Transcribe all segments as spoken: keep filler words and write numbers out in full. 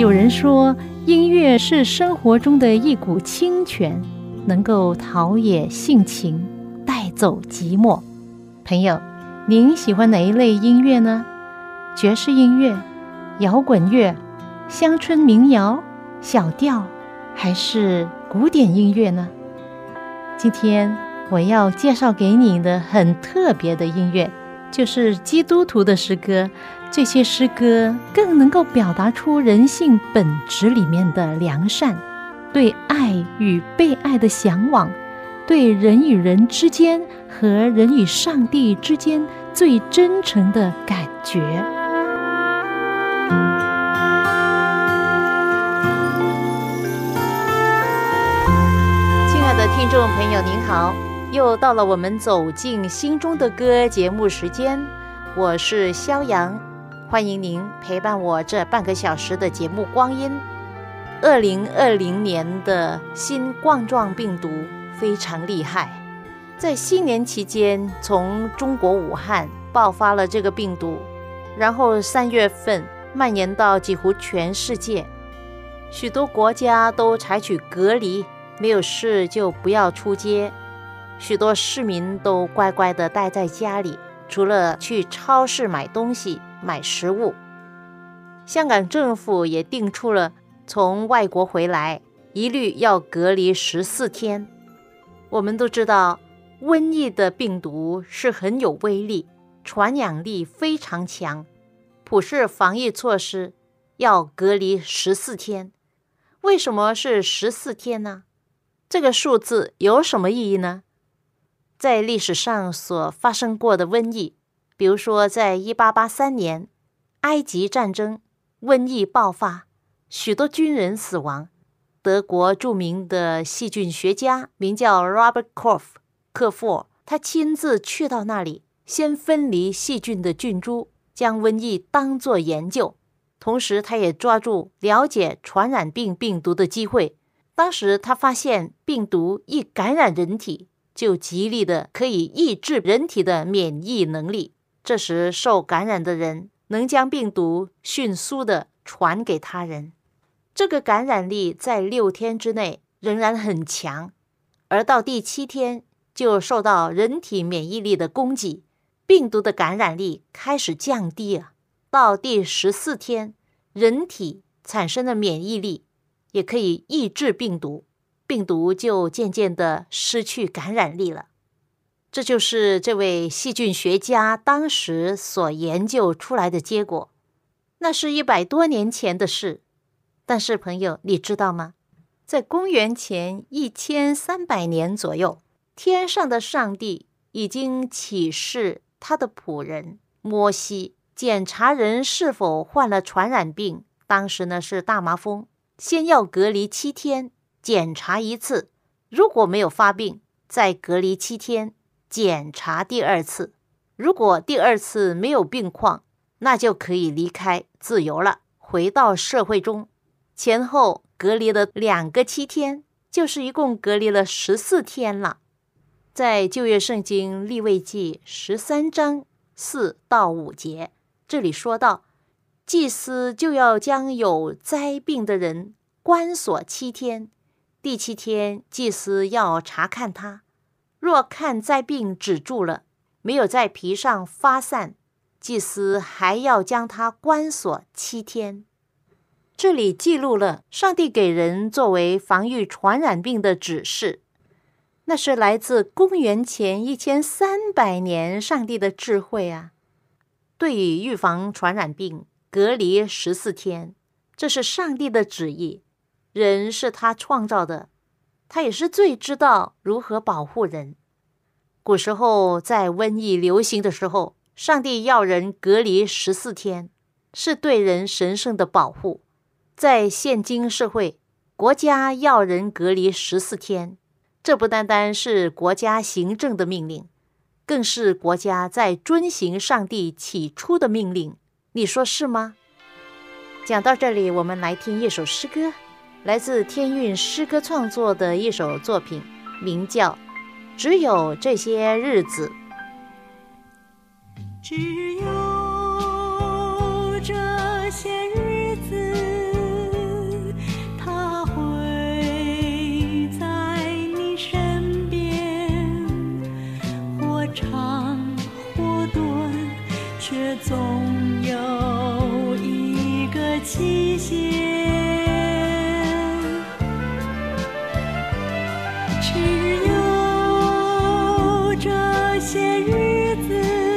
有人说，音乐是生活中的一股清泉，能够陶冶性情，带走寂寞。朋友，您喜欢哪一类音乐呢？爵士音乐、摇滚乐、乡村民谣、小调，还是古典音乐呢？今天我要介绍给你的很特别的音乐，就是基督徒的诗歌。这些诗歌更能够表达出人性本质里面的良善，对爱与被爱的向往，对人与人之间和人与上帝之间最真诚的感觉。亲爱的听众朋友您好，又到了我们走进心中的歌节目时间，我是萧阳，欢迎您陪伴我这半个小时的节目光阴。二零二零年的新冠状病毒非常厉害，在新年期间从中国武汉爆发了这个病毒，然后三月份蔓延到几乎全世界，许多国家都采取隔离，没有事就不要出街，许多市民都乖乖地待在家里，除了去超市买东西买食物。香港政府也定出了从外国回来一律要隔离十四天。我们都知道瘟疫的病毒是很有威力，传染力非常强，普世防疫措施要隔离十四天。为什么是十四天呢？这个数字有什么意义呢？在历史上所发生过的瘟疫，比如说在一八八三年埃及战争，瘟疫爆发，许多军人死亡。德国著名的细菌学家名叫 Robert Koch 克霍，他亲自去到那里，先分离细菌的菌株，将瘟疫当作研究，同时他也抓住了解传染病病毒的机会。当时他发现病毒一感染人体，就极力的可以抑制人体的免疫能力，这时受感染的人能将病毒迅速的传给他人。这个感染力在六天之内仍然很强，而到第七天就受到人体免疫力的攻击，病毒的感染力开始降低啊。到第十四天，人体产生了免疫力，也可以抑制病毒，病毒就渐渐的失去感染力了。这就是这位细菌学家当时所研究出来的结果。那是一百多年前的事，但是朋友，你知道吗？在公元前一千三百年左右，天上的上帝已经启示他的仆人摩西，检查人是否患了传染病，当时呢是大麻风，先要隔离七天，检查一次，如果没有发病，再隔离七天，检查第二次，如果第二次没有病况，那就可以离开自由了，回到社会中。前后隔离了两个七天，就是一共隔离了十四天了。在旧约圣经利未记十三章四到五节，这里说到，祭司就要将有灾病的人关锁七天，第七天祭司要查看他，若看灾病止住了，没有在皮上发散，祭司还要将他关锁七天。这里记录了上帝给人作为防御传染病的指示，那是来自公元前一千三百年上帝的智慧啊。对于预防传染病，隔离十四天，这是上帝的旨意。人是他创造的，他也是最知道如何保护人。古时候在瘟疫流行的时候，上帝要人隔离十四天，是对人神圣的保护。在现今社会，国家要人隔离十四天，这不单单是国家行政的命令，更是国家在遵行上帝起初的命令。你说是吗？讲到这里，我们来听一首诗歌，来自天韵诗歌创作的一首作品，名叫《只有这些日子》。 只有这些日子， 只有这些日子，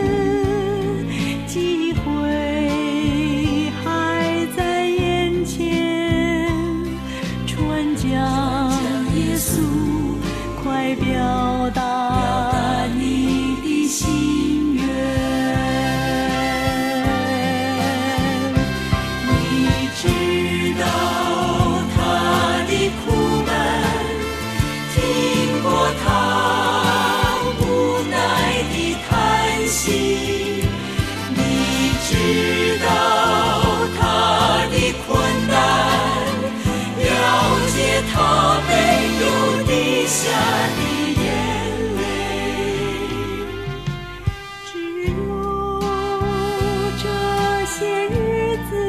机会还在眼前，传讲耶稣，快表达你的心愿。你知道他的苦闷，听过他无奈的叹息，你知道他的困难，了解他没有滴下的眼泪。只有这些日子，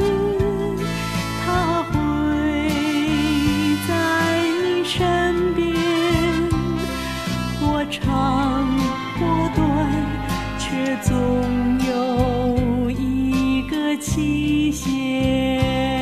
他会在你身边，或长或短，却总有一个期限。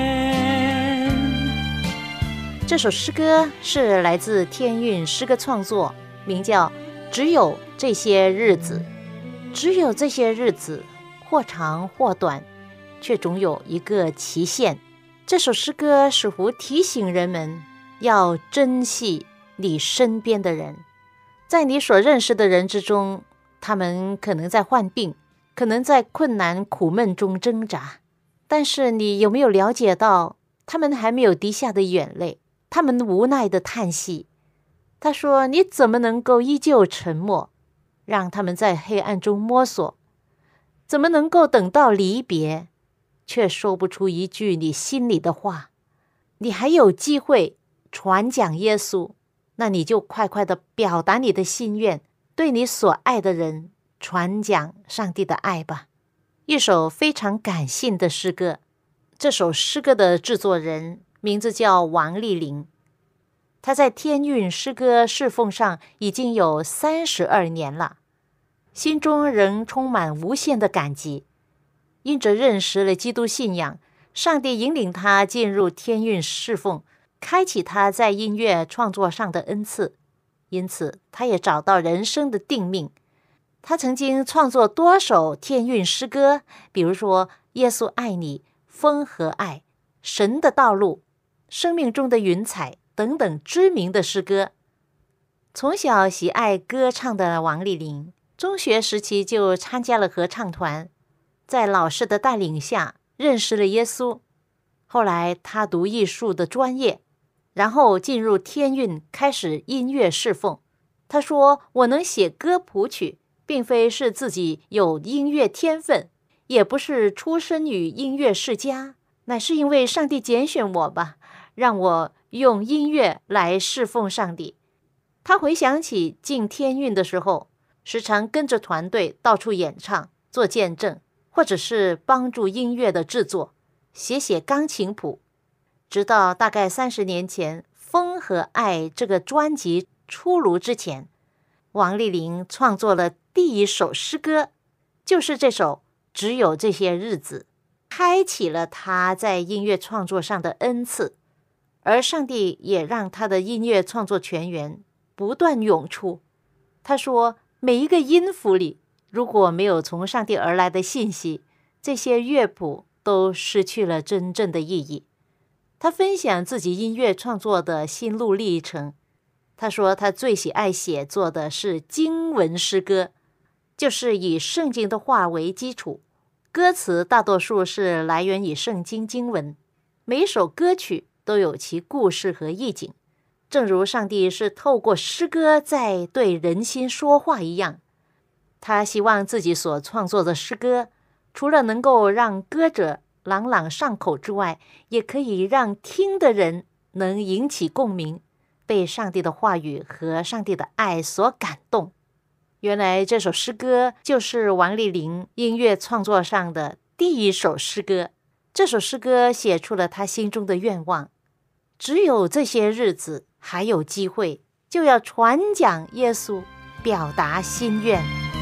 这首诗歌是来自天韵诗歌创作，名叫《只有这些日子》。只有这些日子，或长或短，却总有一个期限。这首诗歌似乎提醒人们要珍惜你身边的人。在你所认识的人之中，他们可能在患病，可能在困难苦闷中挣扎，但是你有没有了解到，他们还没有滴下的眼泪，他们无奈的叹息。他说，你怎么能够依旧沉默，让他们在黑暗中摸索？怎么能够等到离别，却说不出一句你心里的话？你还有机会传讲耶稣，那你就快快的表达你的心愿，对你所爱的人传讲上帝的爱吧。一首非常感性的诗歌，这首诗歌的制作人名字叫王丽玲，他在天韵诗歌侍奉上已经有三十二年了，心中仍充满无限的感激。因着认识了基督信仰，上帝引领他进入天韵侍奉，开启他在音乐创作上的恩赐，因此他也找到人生的定命。他曾经创作多首天韵诗歌，比如说耶稣爱你、风和爱、神的道路、生命中的云彩等等知名的诗歌。从小喜爱歌唱的王丽玲，中学时期就参加了合唱团，在老师的带领下认识了耶稣。后来他读艺术的专业，然后进入天韵开始音乐侍奉。他说，我能写歌谱曲，并非是自己有音乐天分，也不是出身于音乐世家，乃是因为上帝拣选我吧，让我用音乐来侍奉上帝。他回想起进天韵的时候，时常跟着团队到处演唱，做见证，或者是帮助音乐的制作，写写钢琴谱。直到大概三十年前，《风和爱》这个专辑出炉之前，王丽玲创作了第一首诗歌，就是这首《只有这些日子》，开启了她在音乐创作上的恩赐。而上帝也让她的音乐创作泉源不断涌出。她说，每一个音符里如果没有从上帝而来的信息，这些乐谱都失去了真正的意义。她分享自己音乐创作的心路历程。她说，她最喜爱写作的是经文诗歌，就是以圣经的话为基础，歌词大多数是来源于圣经经文，每一首歌曲都有其故事和意境，正如上帝是透过诗歌在对人心说话一样。他希望自己所创作的诗歌，除了能够让歌者朗朗上口之外，也可以让听的人能引起共鸣，被上帝的话语和上帝的爱所感动。原来这首诗歌就是王丽玲音乐创作上的第一首诗歌。这首诗歌写出了他心中的愿望，只有这些日子还有机会，就要传讲耶稣，表达心愿。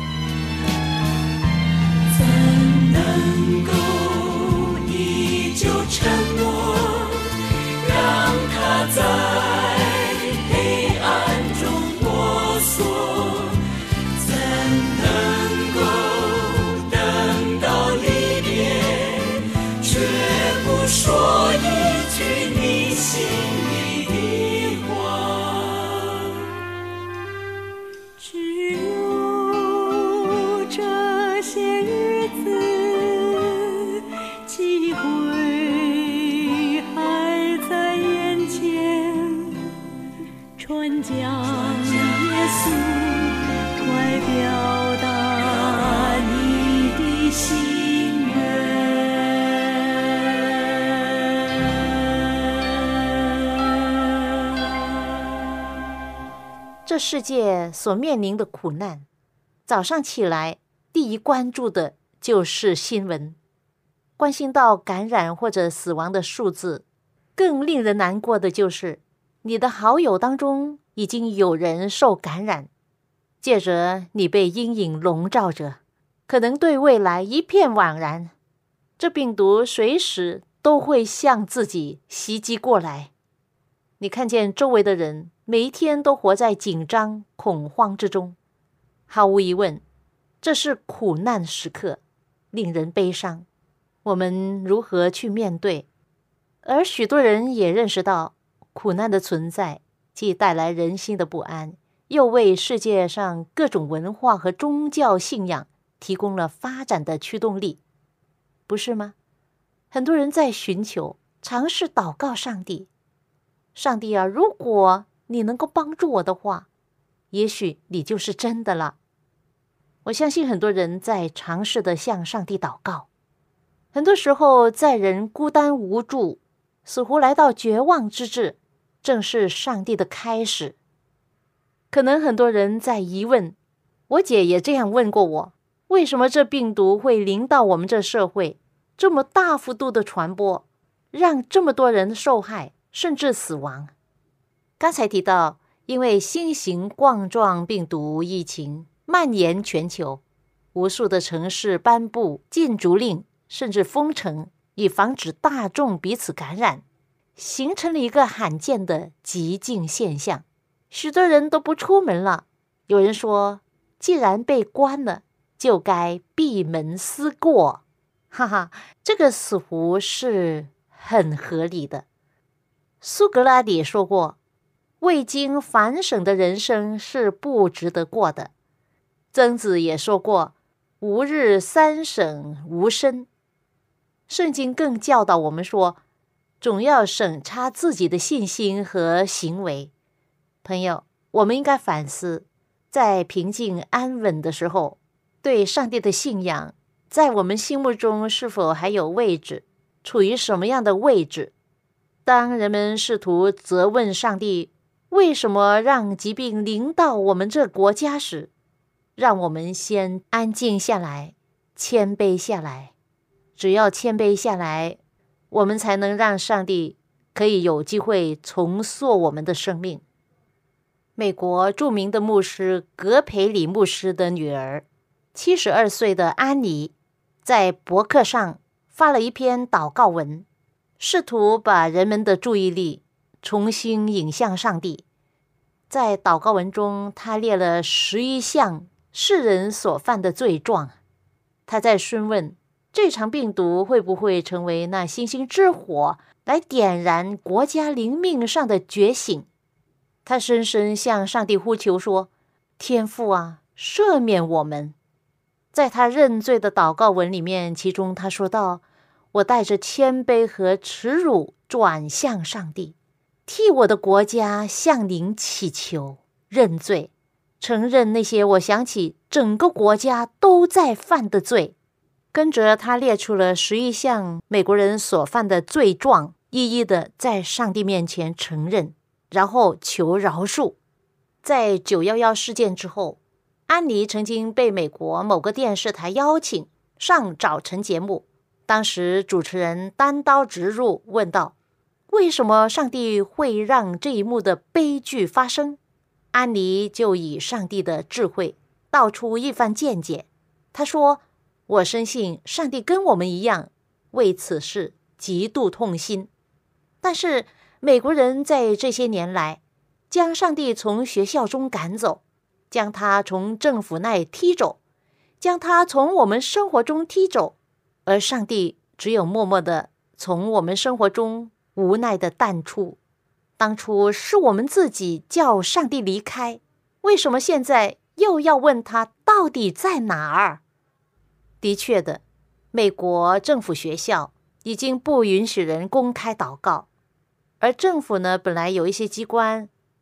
怎能够依旧沉默，让他在黑暗传讲耶稣，快表达你的心愿。 这世界所面临的苦难，早上起来第一关注的就是新闻，关心到感染或者死亡的数字。更令人难过的就是你的好友当中已经有人受感染，接着你被阴影笼罩着，可能对未来一片惘然。这病毒随时都会向自己袭击过来。你看见周围的人每一天都活在紧张恐慌之中，毫无疑问，这是苦难时刻，令人悲伤。我们如何去面对？而许多人也认识到苦难的存在，既带来人心的不安，又为世界上各种文化和宗教信仰提供了发展的驱动力，不是吗？很多人在寻求、尝试祷告上帝，上帝啊，如果你能够帮助我的话，也许你就是真的了。我相信很多人在尝试的向上帝祷告。很多时候，在人孤单无助，似乎来到绝望之至，正是上帝的开始。可能很多人在疑问，我姐也这样问过我，为什么这病毒会临到我们这社会，这么大幅度的传播，让这么多人受害，甚至死亡？刚才提到，因为新型冠状病毒疫情蔓延全球，无数的城市颁布禁足令，甚至封城，以防止大众彼此感染，形成了一个罕见的极静现象。许多人都不出门了。有人说，既然被关了，就该闭门思过。哈哈，这个似乎是很合理的。苏格拉底说过，未经反省的人生是不值得过的。曾子也说过，吾日三省吾身。圣经更教导我们说，总要审查自己的信心和行为。朋友，我们应该反思，在平静安稳的时候，对上帝的信仰在我们心目中是否还有位置，处于什么样的位置？当人们试图责问上帝为什么让疾病临到我们这国家时，让我们先安静下来，谦卑下来。只要谦卑下来，我们才能让上帝可以有机会重塑我们的生命。美国著名的牧师格培里牧师的女儿，七十二岁的安妮，在博客上发了一篇祷告文，试图把人们的注意力重新引向上帝。在祷告文中，他列了十一项世人所犯的罪状。他在询问，这场病毒会不会成为那星星之火，来点燃国家灵命上的觉醒？他深深向上帝呼求说，天父啊，赦免我们。在他认罪的祷告文里面，其中他说到，我带着谦卑和耻辱转向上帝，替我的国家向您祈求，认罪，承认那些我想起整个国家都在犯的罪。跟着他列出了十一项美国人所犯的罪状，一一的在上帝面前承认，然后求饶恕。在九一一事件之后，安妮曾经被美国某个电视台邀请上早晨节目，当时主持人单刀直入问道，为什么上帝会让这一幕的悲剧发生？安妮就以上帝的智慧道出一番见解。他说，我深信上帝跟我们一样，为此事极度痛心。但是美国人在这些年来，将上帝从学校中赶走，将他从政府那里踢走，将他从我们生活中踢走，而上帝只有默默地从我们生活中无奈地淡出。当初是我们自己叫上帝离开，为什么现在又要问他到底在哪儿？的确的，美国政府学校已经不允许人公开祷告，而政府呢，本来有一些机关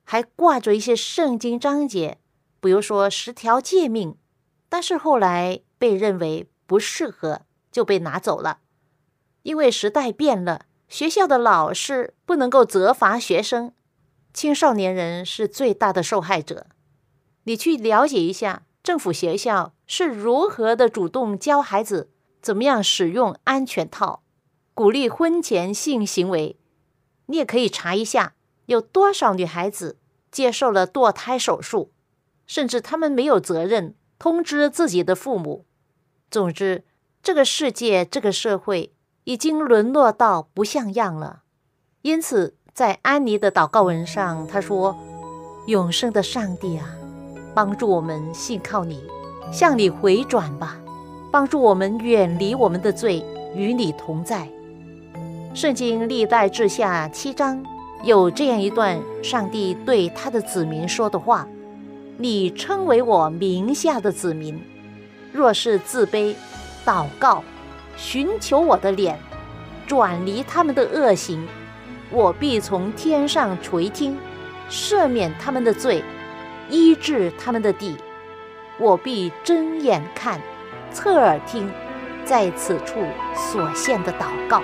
还挂着一些圣经章节，比如说十条诫命，但是后来被认为不适合，就被拿走了。因为时代变了，学校的老师不能够责罚学生，青少年人是最大的受害者。你去了解一下政府学校是如何的主动教孩子怎么样使用安全套，鼓励婚前性行为。你也可以查一下有多少女孩子接受了堕胎手术，甚至他们没有责任通知自己的父母。总之，这个世界这个社会已经沦落到不像样了。因此在安妮的祷告文上，他说，永生的上帝啊，帮助我们信靠你，向你回转吧，帮助我们远离我们的罪，与你同在。圣经历代志下七章有这样一段上帝对他的子民说的话，你称为我名下的子民，若是自卑祷告，寻求我的脸，转离他们的恶行，我必从天上垂听，赦免他们的罪，医治他们的地。我必睁眼看，侧耳听，在此处所献的祷告。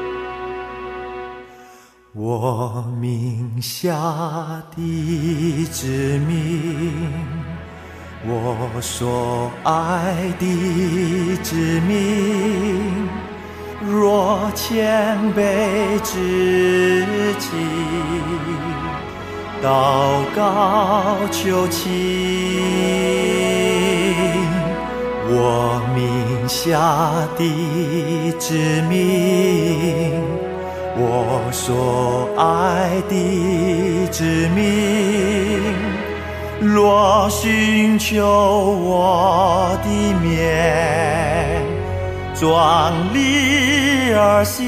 我名下的子民，我所爱的子民，若谦卑自己，祷告求情，我名下的子民，我所爱的子民，若寻求我的面，壮力而行，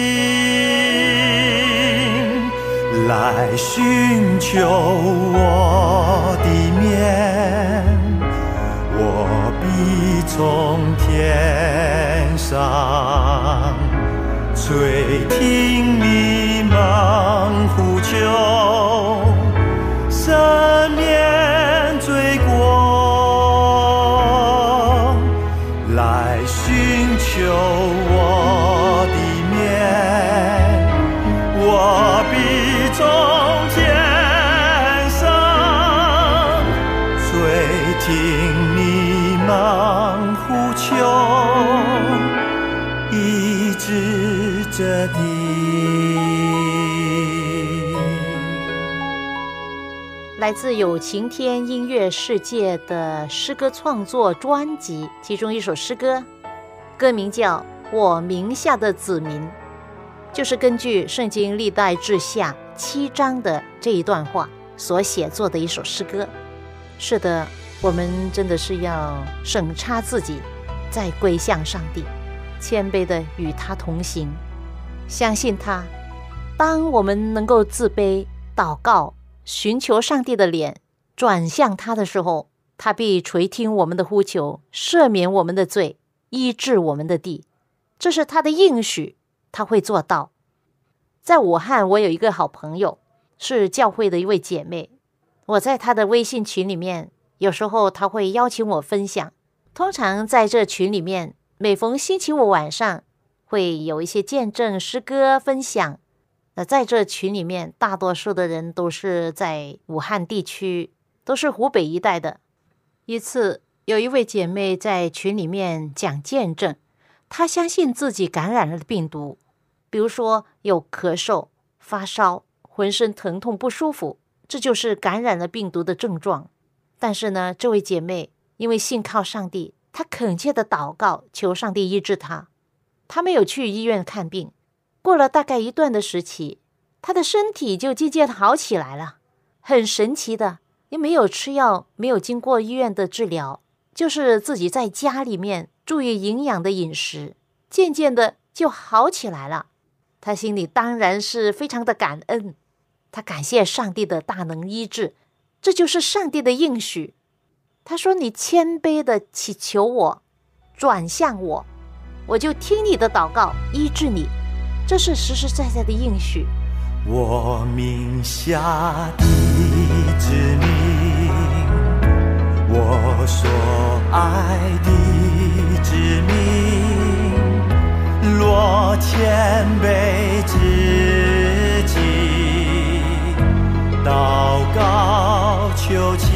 来寻求我的面，我必从天上垂听你们呼求，赦免罪过，来寻求我的面，我必从天上垂听你们呼求，医治这地。 来自有晴天音乐世界的诗歌创作专辑，其中一首诗歌，歌名叫《我名下的子民》，就是根据圣经历代志下七章的这一段话所写作的一首诗歌。是的，我们真的是要审查自己，再归向上帝，谦卑的与他同行，相信他。当我们能够自卑祷告，寻求上帝的脸，转向他的时候，他必垂听我们的呼求，赦免我们的罪，医治我们的地。这是他的应许，他会做到。在武汉，我有一个好朋友，是教会的一位姐妹，我在她的微信群里面，有时候她会邀请我分享。通常在这群里面，每逢星期五晚上会有一些见证诗歌分享。那在这群里面，大多数的人都是在武汉地区，都是湖北一带的。一次，有一位姐妹在群里面讲见证，她相信自己感染了病毒，比如说有咳嗽、发烧、浑身疼痛不舒服，这就是感染了病毒的症状。但是呢，这位姐妹因为信靠上帝，她恳切的祷告，求上帝医治她。她没有去医院看病，过了大概一段的时期，她的身体就渐渐好起来了。很神奇的，也没有吃药，没有经过医院的治疗，就是自己在家里面注意营养的饮食，渐渐的就好起来了。她心里当然是非常的感恩，她感谢上帝的大能医治，这就是上帝的应许。她说，你谦卑的祈求我，转向我，我就听你的祷告，医治你。这是实实在在的应许。 我名下的子民，我所爱的子民，若谦卑自己，祷告求情，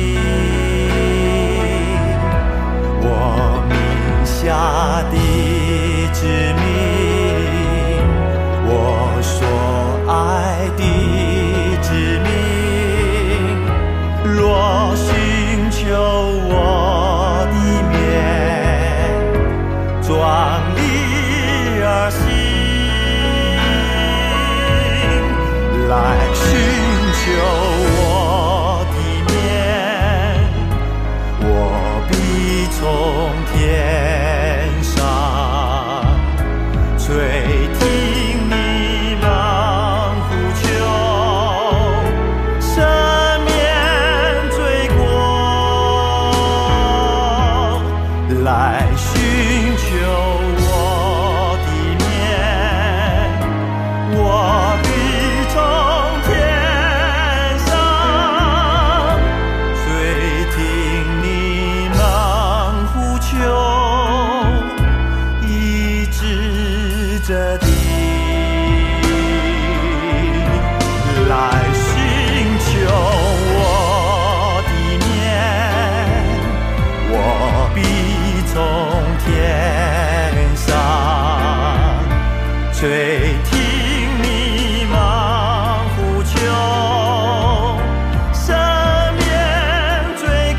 我名下的子民，我所爱的子民，若寻求我的面，壮丽而行，来寻求我的面，我必从天上垂听你们呼求，赦免罪过，来寻求我的面，我必从天上垂听你们呼求，医治这地，来寻求我的面，我必从天上垂听你们呼求，赦免罪过，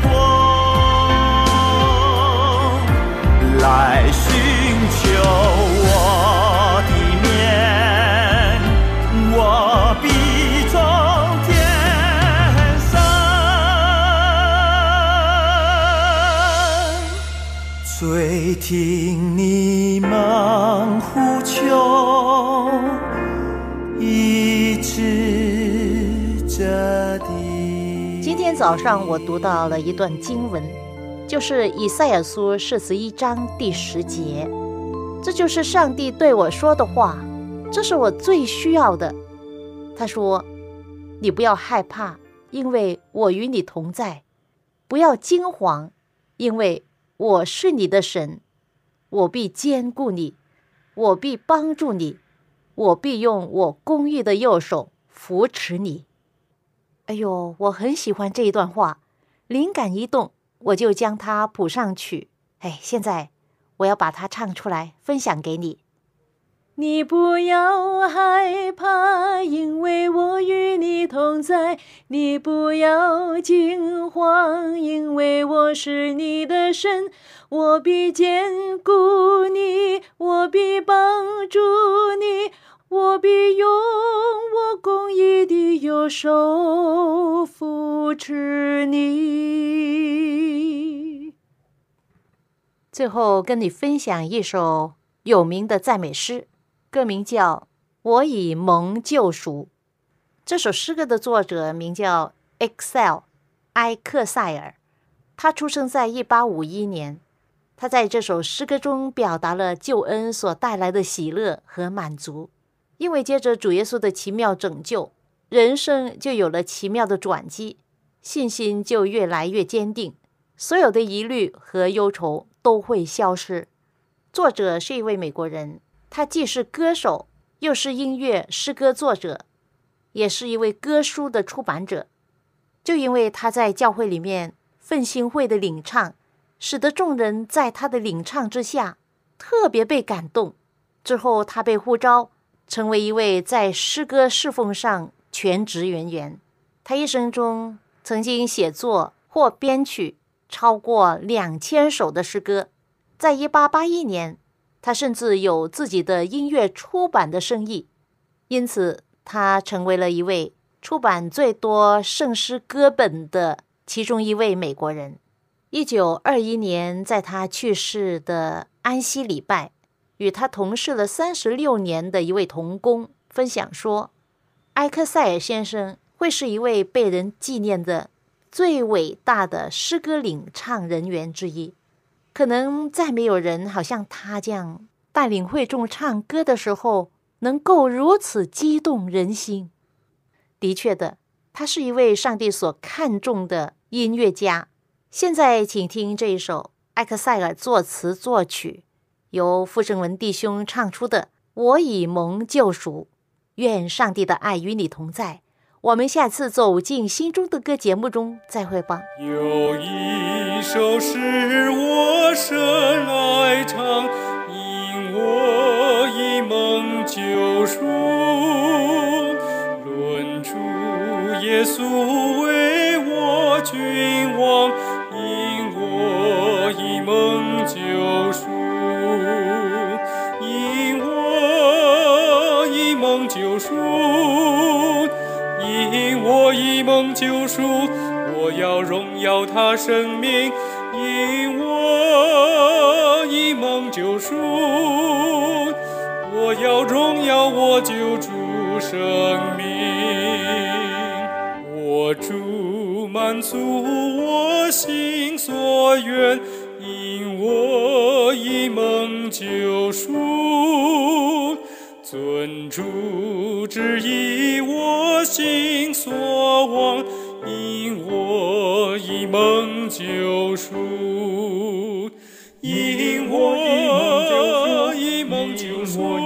来寻求我的面，我必从天上垂听你们呼求，医治这地。 今天早上我读到了一段经文，就是以赛亚书四十一章第十节，这就是上帝对我说的话，这是我最需要的。他说，你不要害怕，因为我与你同在，不要惊惶，因为我是你的神，我必坚固你，我必帮助你，我必用我公义的右手扶持你。哎呦，我很喜欢这一段话，灵感一动，我就将它谱上曲。哎，现在我要把它唱出来，分享给你。你不要害怕，因为我与你同在，你不要惊慌，因为我是你的神，我必坚固你，我必帮助你，我必用我公义的右手扶持你。最后跟你分享一首有名的赞美诗，歌名叫《我已蒙救赎》。这首诗歌的作者名叫 Excel 埃克塞尔，他出生在一八五一年。他在这首诗歌中表达了救恩所带来的喜乐和满足，因为接着主耶稣的奇妙拯救，人生就有了奇妙的转机，信心就越来越坚定，所有的疑虑和忧愁都会消失。作者是一位美国人，他既是歌手，又是音乐诗歌作者，也是一位歌书的出版者。就因为他在教会里面奋兴会的领唱，使得众人在他的领唱之下特别被感动。之后他被呼召成为一位在诗歌侍奉上全职人员。他一生中曾经写作或编曲超过两千首的诗歌。在一八八一年，他甚至有自己的音乐出版的生意，因此他成为了一位出版最多圣诗歌本的其中一位美国人。一九二一年，在他去世的安息礼拜，与他同事了三十六年的一位同工分享说，埃克塞尔先生会是一位被人纪念的最伟大的诗歌领唱人员之一。可能再没有人好像他这样带领会众唱歌的时候能够如此激动人心。的确的，他是一位上帝所看重的音乐家。现在请听这一首艾克塞尔作词作曲，由傅盛文弟兄唱出的《我已蒙救赎》。愿上帝的爱与你同在，我们下次走进心中的歌节目中再会吧。 有一首是我深爱唱，因我已蒙救赎，论主耶稣为我君王，因我已蒙救赎，因我已蒙救赎，因我已蒙救赎，我要荣耀他生命，因我已蒙救赎，我要荣耀我救主生命。我主满足我心所愿，因我已蒙救赎，遵主旨意我心所望，因我已蒙救赎，因我已蒙救赎，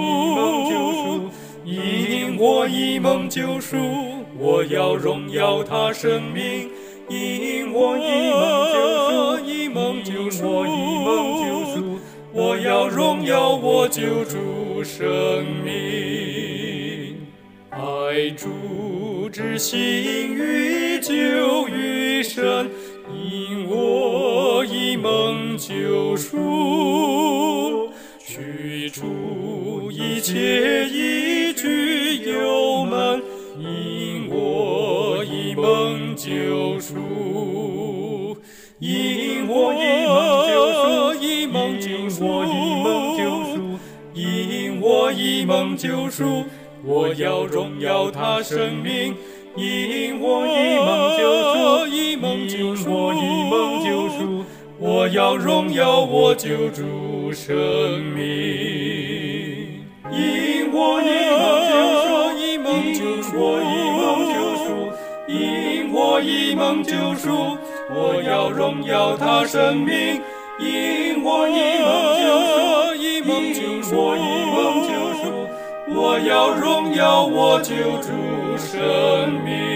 因我已蒙救赎，我要荣耀他生命，因我已蒙救赎，我已蒙救赎，我要荣耀我救主生命。爱主之心愈久愈深，因我已蒙救赎，驱除一切一句忧闷，因我已蒙救赎，因我已蒙救赎，因我已蒙救赎，我要荣耀他生命，因我已蒙救赎，已蒙救赎，已蒙救赎，我要荣耀我救主生命，因我已蒙救赎，已蒙救赎，已蒙救赎，因我已蒙救赎，我要荣耀他生命，因我已蒙救赎，已蒙救赎，已蒙救赎，我要荣耀我救主生命。